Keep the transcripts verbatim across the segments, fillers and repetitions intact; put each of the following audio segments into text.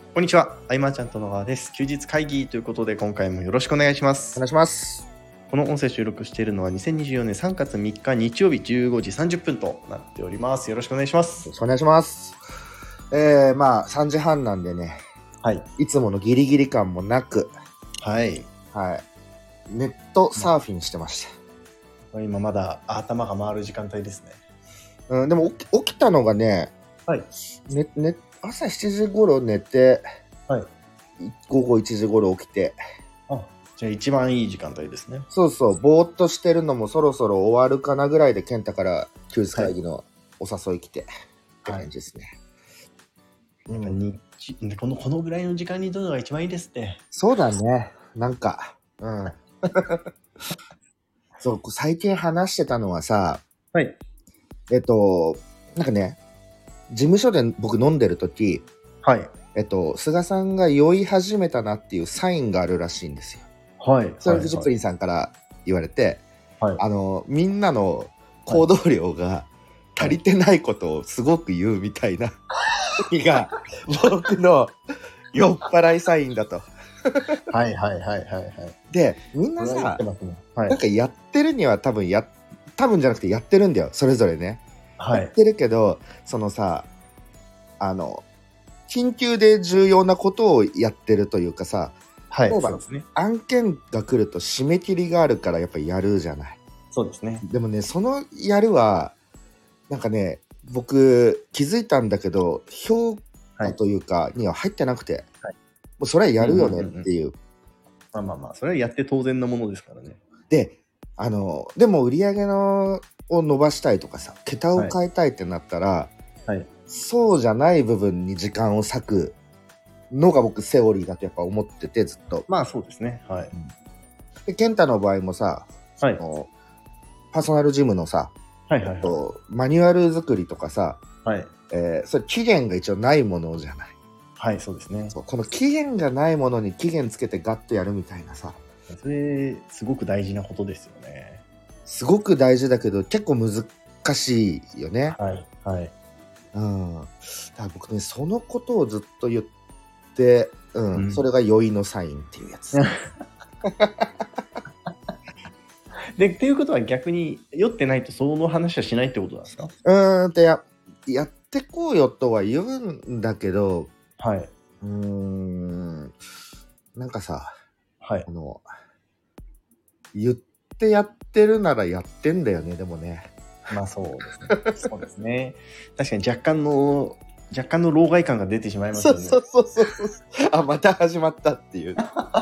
こんにちは、あいまーちゃんと野川です。休日会議ということで今回もよろしくお願いしまおす。 願いします。 この音声収録しているのはにせんにじゅうよねんさんがつみっか日曜日じゅうごじさんじゅっぷんとなっております。よろしくお願いします。 よろしくお願いします。えー、まあさんじはんなんでね、 はい。 いつものギリギリ感もなく、 はい。 はい、ネットサーフィンしてまし今まだ頭が回る時間帯ですね。 た。うん、でも起き起きたのがね、 はい。 ねね朝しちじ頃寝て、 はい。 午後いちじ頃起きて、 あ、じゃあ一番いい時間帯ですね。 そうそう、ぼーっとしてるのもそろそろ終わるかなぐらいで健太から休日会議のお誘い来て、って感じですね。 やっぱ日このこのぐらいの時間に撮るのが一番いいですって。 そうだね。なんか、うん。そう、最近話してたのはさ、 はい。 えっと、なんかね、事務所で僕飲んでる時、 はい。 えっと、菅さんが酔い始めたなっていうサインがあるらしいんですよ。 はい。 それフジプリンさんから言われて、 はい。 あの、みんなの行動量が足りてないことをすごく言うみたいな時が、僕の酔っ払いサインだと。 はいはいはいはいはい。 で、みんなさ、 ね、はい、 なんかやってるには多分や、多分じゃなくてやってるんだよ、それぞれね。 はい、 やってるけど、そのさ、あの、緊急で重要なことをやってるというかさ、 はい、 そうですね。 案件が来ると締め切りがあるからやっぱりやるじゃない。 そうですね。 でもね、そのやるは、なんかね、僕気づいたんだけど、評価というかには入ってなくて、はい、もうそれはやるよねっていう。 まあまあまあ、それはやって当然のものですからね。 で、あの、でも売り上げのを伸ばしたいとかさ、桁を変えたいってなったら、はいはい、そうじゃない部分に時間を割くのが僕セオリーだとやっぱ思っててずっと。 まあそうですね。はい。 で、健太の場合もさ、はい、パーソナルジムのさ、はいはいはい、とマニュアル作りとかさ、はい、えー、それ期限が一応ないものじゃない。 はい、そうですね。 そうこの期限がないものに期限つけてガッとやるみたいなさ。 それすごく大事なことですよね。 すごく大事だけど結構難しいよね。 はいはい。 うん。だから僕ね、そのことをずっと言って、うん、うん、それが酔いのサインっていうやつ。 で、っていうことは逆に酔ってないとその話はしないってことなんですか？ うーんってや、やってこうよとは言うんだけど、はい。うーん、なんかさ、はい。あの、言ってやってるならやってんだよね、でもね。 まあそうですね。そうですね。確かに若干の、若干の老害感が出てしまいますよね。 そうそうそうそう。あ、また始まったっていう。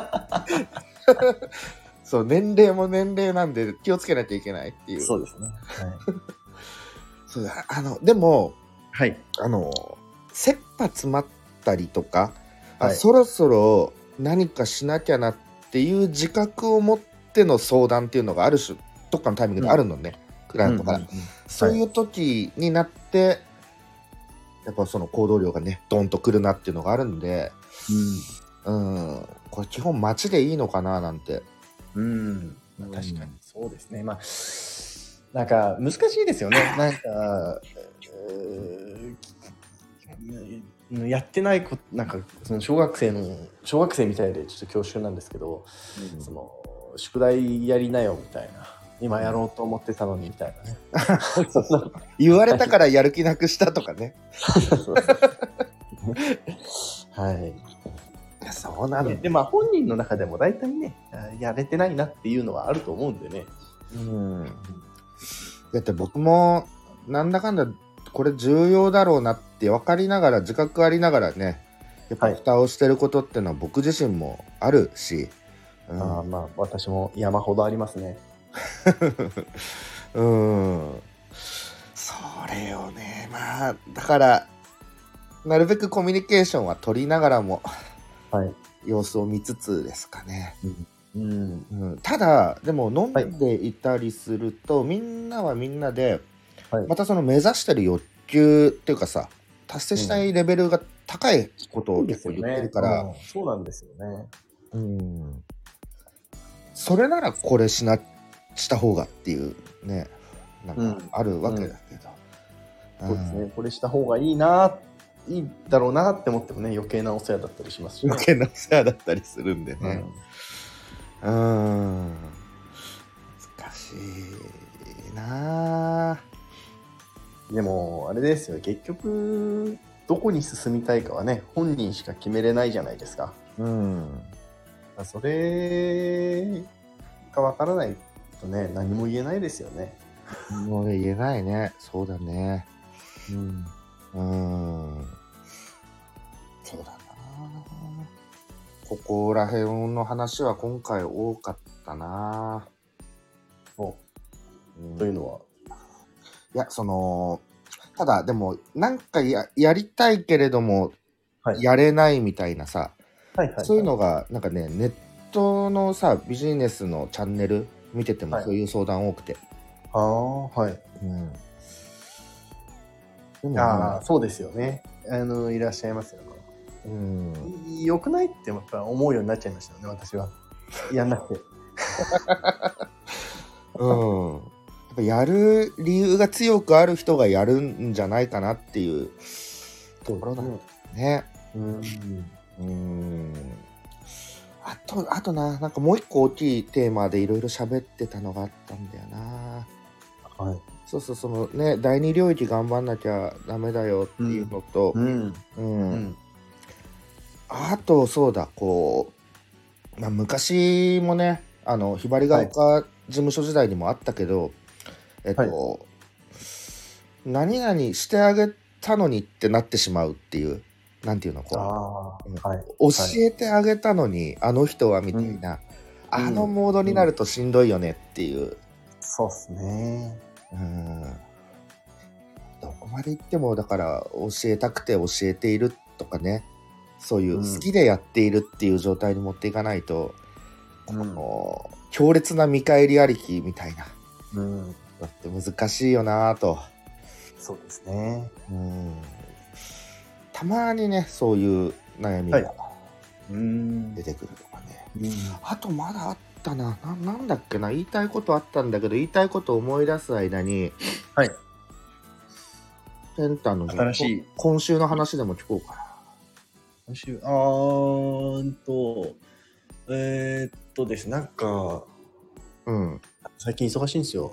そう、年齢も年齢なんで気をつけなきゃいけないっていう。 そうですね。はい、 そうだ、あの、でも、 はい。 あの、切羽詰まったりとか、 はい、 あ、そろそろ何かしなきゃなっていう自覚を持っての相談っていうのがある種、どっかのタイミングであるのね、うん、クライアントから。そういう時になって、やっぱその行動量がね、ドンとくるなっていうのがあるんで、うん、うん、これ基本街でいいのかななんて。 うん、まあ、確かにそうですね。まあ、なんか難しいですよね。なんか、やってないこ、なんかその小学生の小学生みたいでちょっと恐縮なんですけど、うん、その宿題やりなよみたいな。今やろうと思ってたのにみたいなね。 言われたからやる気なくしたとかね。 はい。 いや、そうなの。 で、まあ本人の中でも大体ね、やれてないなっていうのはあると思うんでね。 うん。だって僕もなんだかんだこれ重要だろうなって分かりながら、自覚ありながらね、やっぱ蓋をしてることってのは僕自身もあるし、 はい、うん、あ、まあ私も山ほどありますね。 うん、それをね、まあだからなるべくコミュニケーションは取りながらも、はい、様子を見つつですかね。うんうんうん、ただでも飲んでいたりすると、はい、みんなはみんなで、はい、またその目指してる欲求っていうかさ、達成したいレベルが高いことを結構言ってるから、 うん、そうなんですよね。 うん、それならこれしなした方がっていうね、なんかあるわけだけど、 うんうん、そうですね、これした方がいいなっいいだろうなって思ってもね、余計なお世話だったりしますし、ね、 余計なお世話だったりするんでね。うん、うん難しいな。 でもあれですよ、結局どこに進みたいかはね、本人しか決めれないじゃないですか。 うん。 それがわからないとね、何も言えないですよね。 もう言えないね。そうだね。 うん。 うん。そうだな。ここら辺の話は今回多かったな。 お、うん、というのは。 いや、その、ただでも、なんか や, やりたいけれども、はい、やれないみたいなさ、はいはいはい、そういうのが、なんかね、ネットのさ、ビジネスのチャンネル見ててもそういう相談多くて。 はい、ああ、はい。うん。でもね、ああ、そうですよね。あの、いらっしゃいますよね。うん。良くないってやっぱ思うようになっちゃいましたよね、私は。やんなくて。 うん。やっぱやる理由が強くある人がやるんじゃないかなっていうところだね。うん。うん。あと、あとな、なんかもう一個大きいテーマでいろいろ喋ってたのがあったんだよな。はい。そうそう、そのね、第二領域頑張んなきゃダメだよっていうのと、うん。うん。うん、あと、そうだ、こう、まあ、昔もね、あの、ひばりが丘事務所時代にもあったけど、はい、えっと、はい、何々してあげたのにってなってしまうっていう、なんていうの、こう、あ、はい、教えてあげたのに、はい、あの人はみたいな、うん、あのモードになるとしんどいよねっていう。うん、 そうっすね。 うん。どこまで行っても、だから教えたくて教えているとかね、そういう好きでやっているっていう状態に持っていかないと、うん、この強烈な見返りありきみたいな、うん、だって難しいよなぁと。 そうですね。 うん。たまにね、そういう悩みが出てくるとかね。はい、うん、あとまだあったな。な、なんだっけな。言いたいことあったんだけど、言いたいことを思い出す間に、はい。ペンタの新しい今週の話でも聞こうかな。 今週、あーんと、えー、っとですね、なんか、うん。最近忙しいんですよ。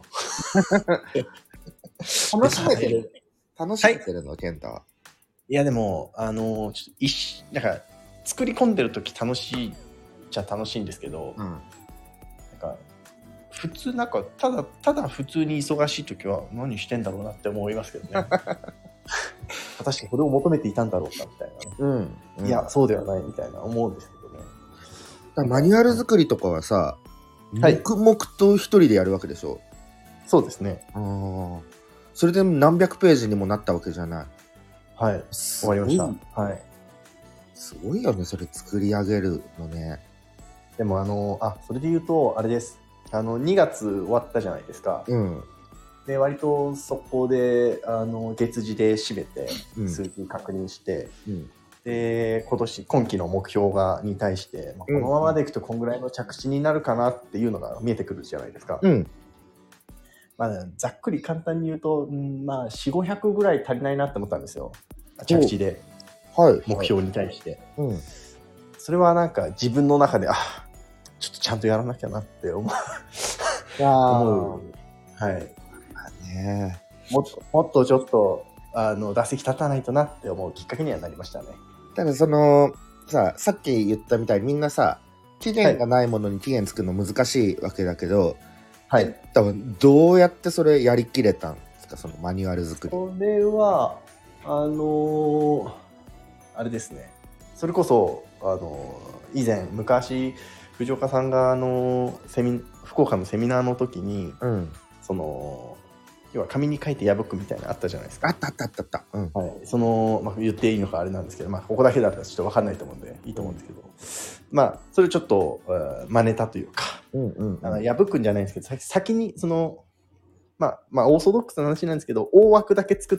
楽しめてる楽しめてるの、ケンタは。 いや、でも、あの、ちょっと一、なんか、作り込んでるとき楽しいじゃ楽しいんですけど、うん、なんか、普通、なんか、ただ、ただ普通に忙しいときは何してんだろうなって思いますけどね。果たしてこれを求めていたんだろうかみたいな、ね、うんうん、いやそうではないみたいな思うんですけどね。 だマニュアル作りとかはさ、はい、黙々と一人でやるわけでしょ。 そうですね。 あそれで何百ページにもなったわけじゃない。 はい、終わりました。はい。 すごいよね、それ作り上げるのね。 でもあのあそれで言うとあれです。あのにがつ終わったじゃないですか。うん。で割と速攻であの月次で締めて数字確認して、うん、で今年今期の目標がに対して、まあ、このままでいくとこんぐらいの着地になるかなっていうのが見えてくるじゃないですか。うん、まあ、ざっくり簡単に言うと、んまあ、よんひゃくごひゃくぐらい足りないなって思ったんですよ、着地で、はい、目標に対して、はいはい、それはなんか自分の中であちょっとちゃんとやらなきゃなって思う思う、はいね、もっともっとちょっとあの打席立たないとなって思うきっかけにはなりましたね。 ただそのささっき言ったみたいにみんなさ期限がないものに期限作るの難しいわけだけど、はい、多分どうやってそれやりきれたんですか、そのマニュアル作り。 これはあのー、あれですね、それこそあのー、以前昔藤岡さんがあのセミ福岡のセミナーの時に、うん、その要は紙に書いて破くみたいなのあったじゃないですか。 あったあったあったあった、うんはい、 その、まあ、言っていいのかあれなんですけど、まあ、ここだけだったらちょっと分かんないと思うんでいいと思うんですけど、うん、まあそれちょっと真似たというか、うんうんうん、あの破くんじゃないんですけど先にそのまあまあオーソドックスな話なんですけど大枠だけ作って、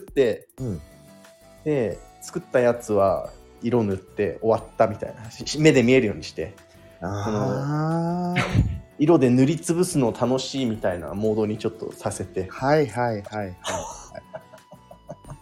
うん、で作ったやつは色塗って終わったみたいな目で見えるようにして、あ色で塗りつぶすの楽しいみたいなモードにちょっとさせて、 はいはいはいはい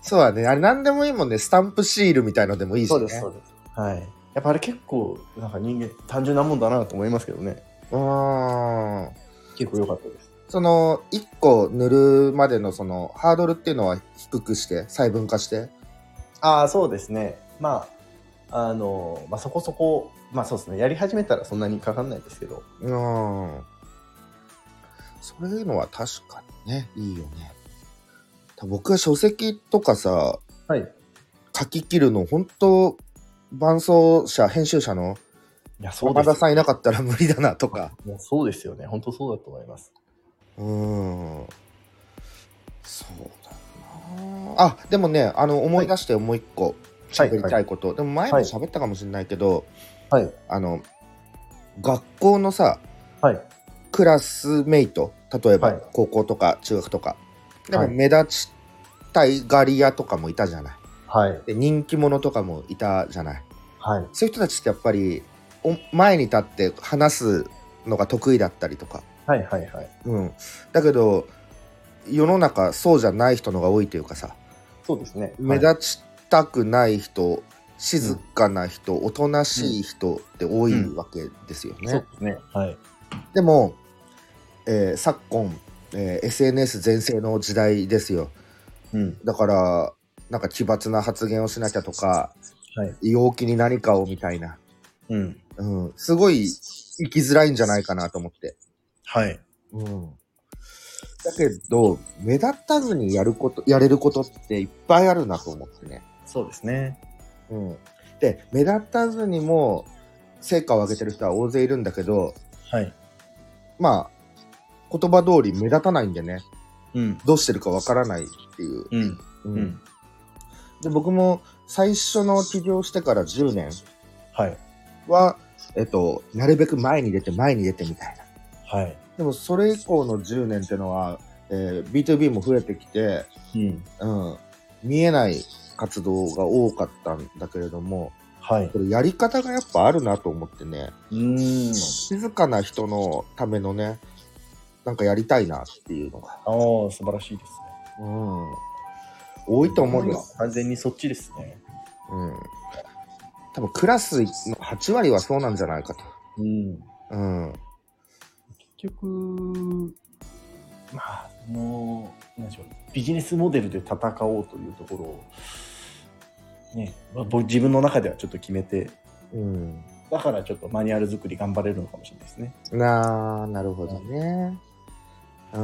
そうだね。あれ何でもいいもんね。スタンプシールみたいのでもいいしね。 そうです、そうです。はい。やっぱあれ結構、なんか人間、単純なもんだなと思いますけどね。 うーん。 結構良かったです。 その、いっこ塗るまでのその、ハードルっていうのは低くして、細分化して。 ああ、そうですね。まあ、あの、まあそこそこ、まあそうですね。やり始めたらそんなにかかんないですけど。 うーん。そういうのは確かにね、いいよね。僕は書籍とかさ、 はい。 書き切るの、本当伴走者、編集者のいや、そうです山田さんいなかったら無理だなとか。 いや、そうですよね。本当そうだと思います。 うーん。そうだなあ。でもね、あの、思い出してもう一個喋りたいこと。でも前も喋ったかもしれないけど、 はい。 あの、学校のさ、 はい。 クラスメイト、例えば、 はい高校とか中学とか、ではいも目立ちたいガリアとかもいたじゃない。 はい。 で、人気者とかもいたじゃない。 はい。 そういう人たちってやっぱりお前に立って話すのが得意だったりとか、 はいはいはい。 うん、だけど世の中そうじゃない人のが多いというかさ、 そうですね。 目立ちたくない人、静かな人、おとなしい人って多いわけですよね。 そうですね。はい。 でも、えー昨今、えー エスエヌエス 全盛の時代ですよ。 うん。 だからなんか奇抜な発言をしなきゃとか、 はい。 陽気に何かをみたいな、 うん。 うん、すごい生きづらいんじゃないかなと思って。 はい。 うん。だけど、目立たずにやること、やれることっていっぱいあるなと思ってね。 そうですね。 うん。で、目立たずにも成果を上げてる人は大勢いるんだけど、 はい。 まあ、言葉通り目立たないんでね、 うん。 どうしてるかわからないっていう。 うん。 ううんん。 で、僕も最初の起業してからじゅうねんはい。 は、えっと、なるべく前に出て前に出てみたいな。 はい。 でもそれ以降のじゅうねんっていうのは、えー、ビーツービー も増えてきて、 うん。 うん、見えない活動が多かったんだけれども、 はい。 これやり方がやっぱあるなと思ってね、 うーん。 静かな人のためのね、なんかやりたいなっていうのが、 ああ、素晴らしいですね。 うん、多いと思うよ。 完全にそっちですね。 うん。多分クラスのはち割はそうなんじゃないかと。 うん。 うん。 結局、まあ、もう、なんでしょう、ビジネスモデルで戦おうというところを、ね、まあ、僕自分の中ではちょっと決めて、 うん。 だからちょっとマニュアル作り頑張れるのかもしれないですね。 なあ、なるほどね。うん。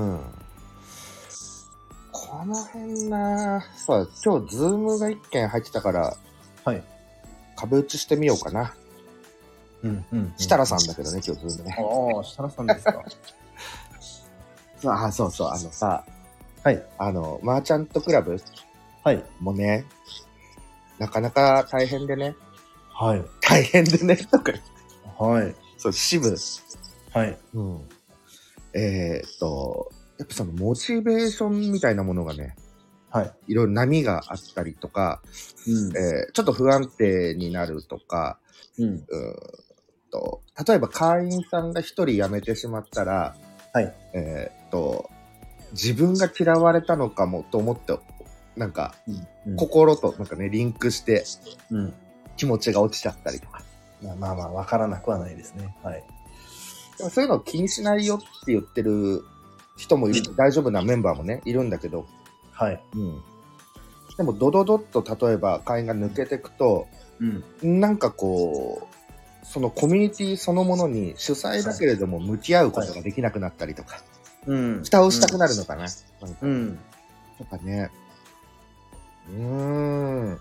この辺な、そう、今日ズームが一件入ってたから、 はい。 壁打ちしてみようかな。 うんうん。 設楽さんだけどね、今日ズームね。 ああ、設楽さんですか。 あ、そうそう、あのさ、 はい。 あの、マーチャントクラブはい。 もね、なかなか大変でね、 はい。 大変でね、とか言って、 はい。 そう、支部。 はい。 うん。えーっと、やっぱそのモチベーションみたいなものがね、 はい。 いろいろ波があったりとか、 うん。 えーちょっと不安定になるとか、 うん。 うーんと、例えば会員さんが一人辞めてしまったら、 はい。 えーっと、自分が嫌われたのかもと思って、なんか、 うん。 心となんかね、リンクしてうん。 気持ちが落ちちゃったりとか。 まあまあまあ、わからなくはないですね。はい。 でもそういうのを気にしないよって言ってる人もいる、大丈夫なメンバーもね、いるんだけど、 はい。 うん。でも、ドドドッと例えば会員が抜けていくと、 うん。 なんかこう、そのコミュニティそのものに主催だけれども向き合うことができなくなったりとか、 うん。 蓋をしたくなるのかな。なんかうん。 とかね。うーん。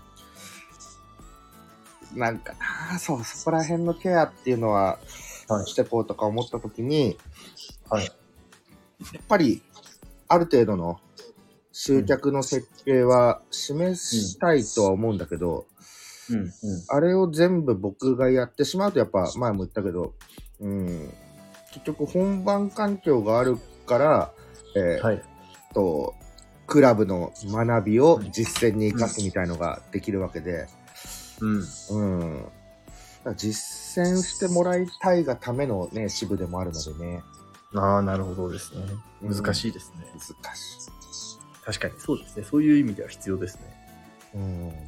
なんかな、そう、そこら辺のケアっていうのは、 はい。 してこうとか思ったときに、 はい。 やっぱり、ある程度の集客の設計は示したいとは思うんだけど、 うん。うん。 あれを全部僕がやってしまうと、やっぱ前も言ったけど、うん、結局本番環境があるから、えーはい。 と、クラブの学びを実践に生かすみたいのができるわけで、 うん。 うん。だから実践してもらいたいがためのね、支部でもあるのでね。 ああ、なるほどですね。 うん難しいですね。 難しい。 確かにそうですね。そういう意味では必要ですね。 うん。い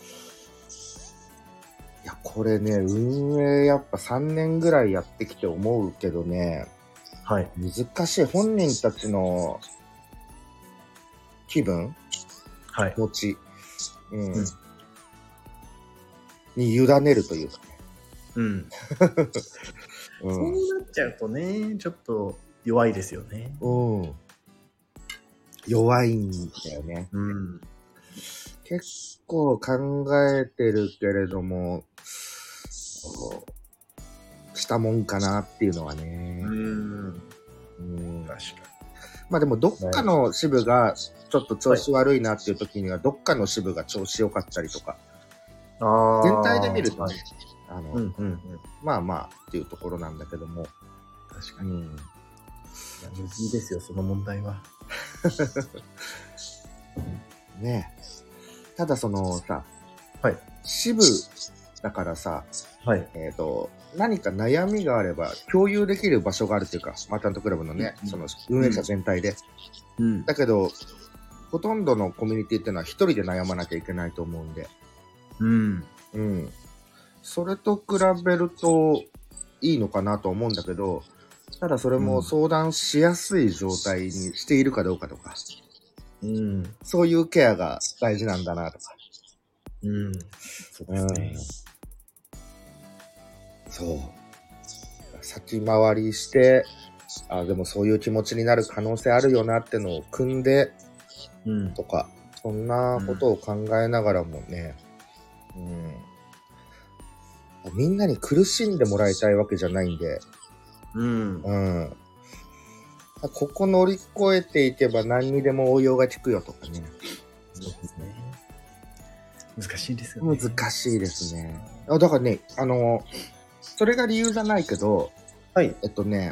や、これね、運営やっぱさんねんぐらいやってきて思うけどね、 はい。 難しい。本人たちの気分、 はい。 気持ち、うんうんに委ねるというかね。 うん。 うんそうなっちゃうとね、ちょっと弱いですよね。 うん。弱いんだよね。 うん。 結構考えてるけれども、したもんかなっていうのはね。 うん。 うん、 確かに。 まあでもどっかの支部がちょっと調子悪いなっていう時には、どっかの支部が調子良かったりとか、 あ全体で見るとね、 はい、 あの、 うんうんうん、 まあまあっていうところなんだけども。 確かに。 うん、 いや、むずいですよ、その問題は。 ねえ。ただそのさ、 はい。 支部だからさ、 はい。 えっと、何か悩みがあれば共有できる場所があるっていうか、マーチャントクラブのね、 うん、 その運営者全体で。 うん。 だけど、ほとんどのコミュニティっていうのは一人で悩まなきゃいけないと思うんで。 うん。 うん。それと比べるといいのかなと思うんだけど、ただそれも相談しやすい状態にしているかどうかとか、 うん。 そういうケアが大事なんだなとか。 うん。そうですね。 うん、そう。先回りして、あ、でもそういう気持ちになる可能性あるよなってのを組んで、うん、とか、そんなことを考えながらもね、うん、みんなに苦しんでもらいたいわけじゃないんで、うん。うん、ここ乗り越えていけば何にでも応用が効くよとかね。 そうですね。難しいですよね。 難しいですね。だからね、あの、それが理由じゃないけど、はい。えっとね、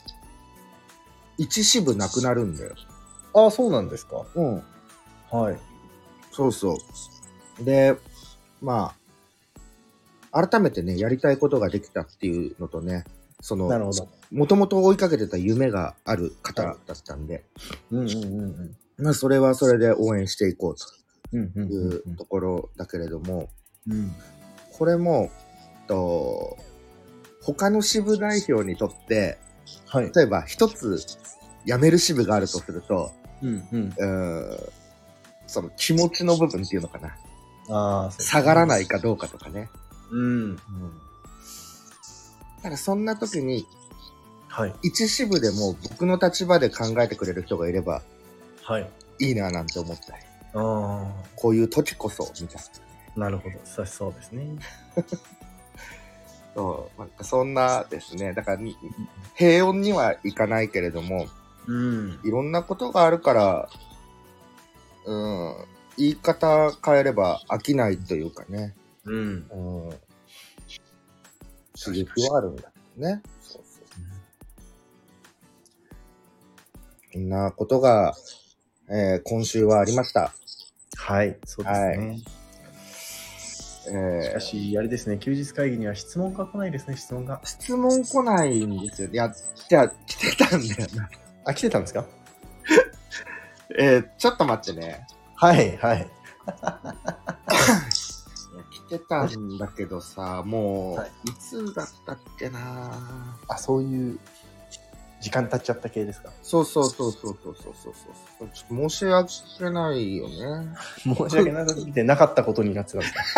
一支部なくなるんだよ。 ああ、そうなんですか。 うん。はい。そうそう。で、まあ、改めてね、やりたいことができたっていうのとね、その、なるほど。もともと追いかけてた夢がある方だったんで、うんうんうんうん。まあ、それはそれで応援していこうというところだけれども、うん、これも、と、他の支部代表にとって、はい、例えば一つ辞める支部があるとすると、うんうん、うその気持ちの部分っていうのかな。あ、下がらないかどうかとかね。うん。うん、だからそんな時に、はい、一支部でも僕の立場で考えてくれる人がいれば、はい、いいななんて思ったり。あ、こういう時こそみたいな。なるほど、そうそうですね。そう、なんかそんなですね。だから平穏にはいかないけれども、うん、いろんなことがあるから、うん、言い方変えれば飽きないというかね。うん。うん、刺激はあるんだけどね。そうそう。そんなことが、えー、今週はありました。はい、そうですね。はい、えー、しかし、あれですね、休日会議には質問が来ないですね、質問が。質問来ないんですよ。いや、じゃあ、来てたんだよな。あ、来てたんですか？えー、ちょっと待ってね。はい、はい。来てたんだけどさ、もう、はい、いつだったっけな。あ、そういう時間経っちゃった系ですか？そうそうそうそうそうそうそうそう。ちょっと申し訳ないよね。申し訳なさすぎてなかったことになってたんですか？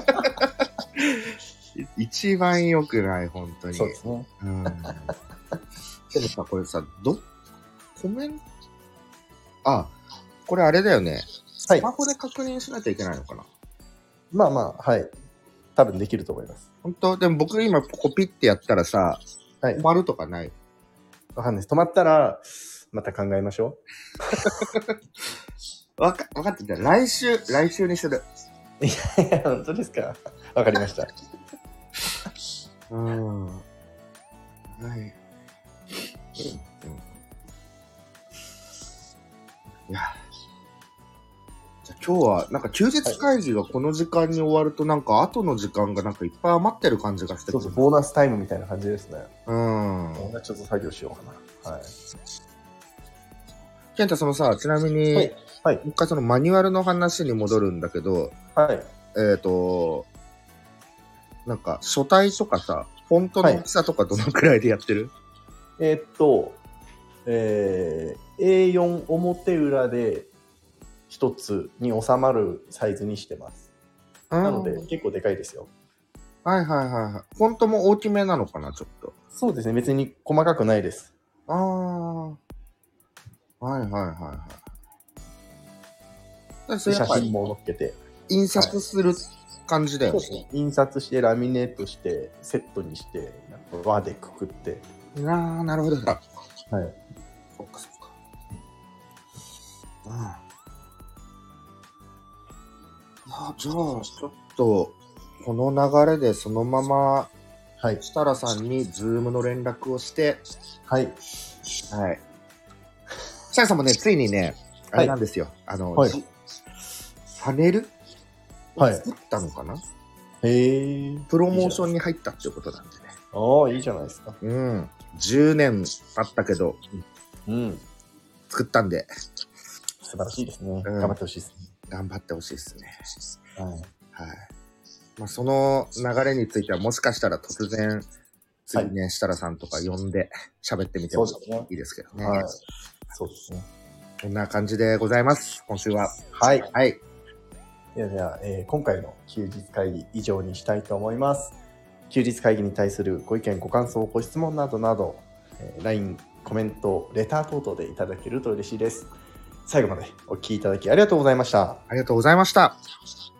一番良くない、本当に。そうですね。うん。でもさ、これさ、ど、コメント、あ、これあれだよね。はい。スマホで確認しなきゃいけないのかな？まあまあ、はい。多分できると思います。本当？でも僕今ここピッてやったらさ、はい、止まるとかない？わかんないです。止まったら、また考えましょう。わか、わかってた。来週、来週にする。いやいや、本当ですか？わかりました。うん。はい。うん。いや。じゃあ今日は、なんか休日会議がこの時間に終わると、なんか後の時間がなんかいっぱい余ってる感じがしてくる。そうそう、ボーナスタイムみたいな感じですね。うん。ちょっと作業しようかな。はい。ケンタ、そのさ、ちなみに、はい、 はい。 もう一回そのマニュアルの話に戻るんだけど、 はい。 えっと、なんか書体とかさ、フォントの大きさとかどのくらいでやってる？ はい、えー、っと、えー、エーよん 表裏で一つに収まるサイズにしてます。なので結構でかいですよ。 はいはいはいはい。フォントも大きめなのかな、ちょっと。 そうですね。別に細かくないです。 ああ。はいはいはいはい。 写真も載っけて。 印刷する感じだよね。 そうですね。印刷して、ラミネートして、セットにして、なんか輪でくくって。 ああ、なるほど。はい。 そっかそっか。 うん。あ、じゃあ、ちょっと、この流れでそのまま、はい。設楽さんにズームの連絡をして、 はい。 はい。設楽さんもね、ついにね、あれなんですよ。はい、あの、はい、パネルを作ったのかな、はい、 へえ。 プロモーションに入ったっていうことなんでね。 ああ、いいじゃないですか。 うん。じゅうねん経ったけど、 うん。 作ったんで。 素晴らしいですね。うん、頑張ってほしいですね。 頑張ってほしいですね。 はい。 はい。まあ、その流れについてはもしかしたら突然、次ね、はい、設楽さんとか呼んで喋ってみてもいいですけどね。 はい。そうですね。 こんな感じでございます、今週は。 はい。 はい。 ではでは、えー、今回の休日会議以上にしたいと思います。休日会議に対するご意見、ご感想、ご質問などなど、えー、ライン、コメント、レター等々でいただけると嬉しいです。最後までお聞きいただきありがとうございました。 ありがとうございました。